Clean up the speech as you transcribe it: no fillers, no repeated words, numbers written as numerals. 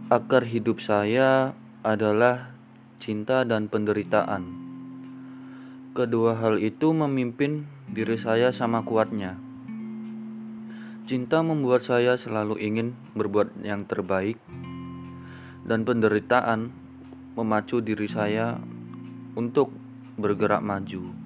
Akar hidup saya adalah cinta dan penderitaan. Kedua hal itu memimpin diri saya sama kuatnya. Cinta membuat saya selalu ingin berbuat yang terbaik, dan penderitaan memacu diri saya untuk bergerak maju.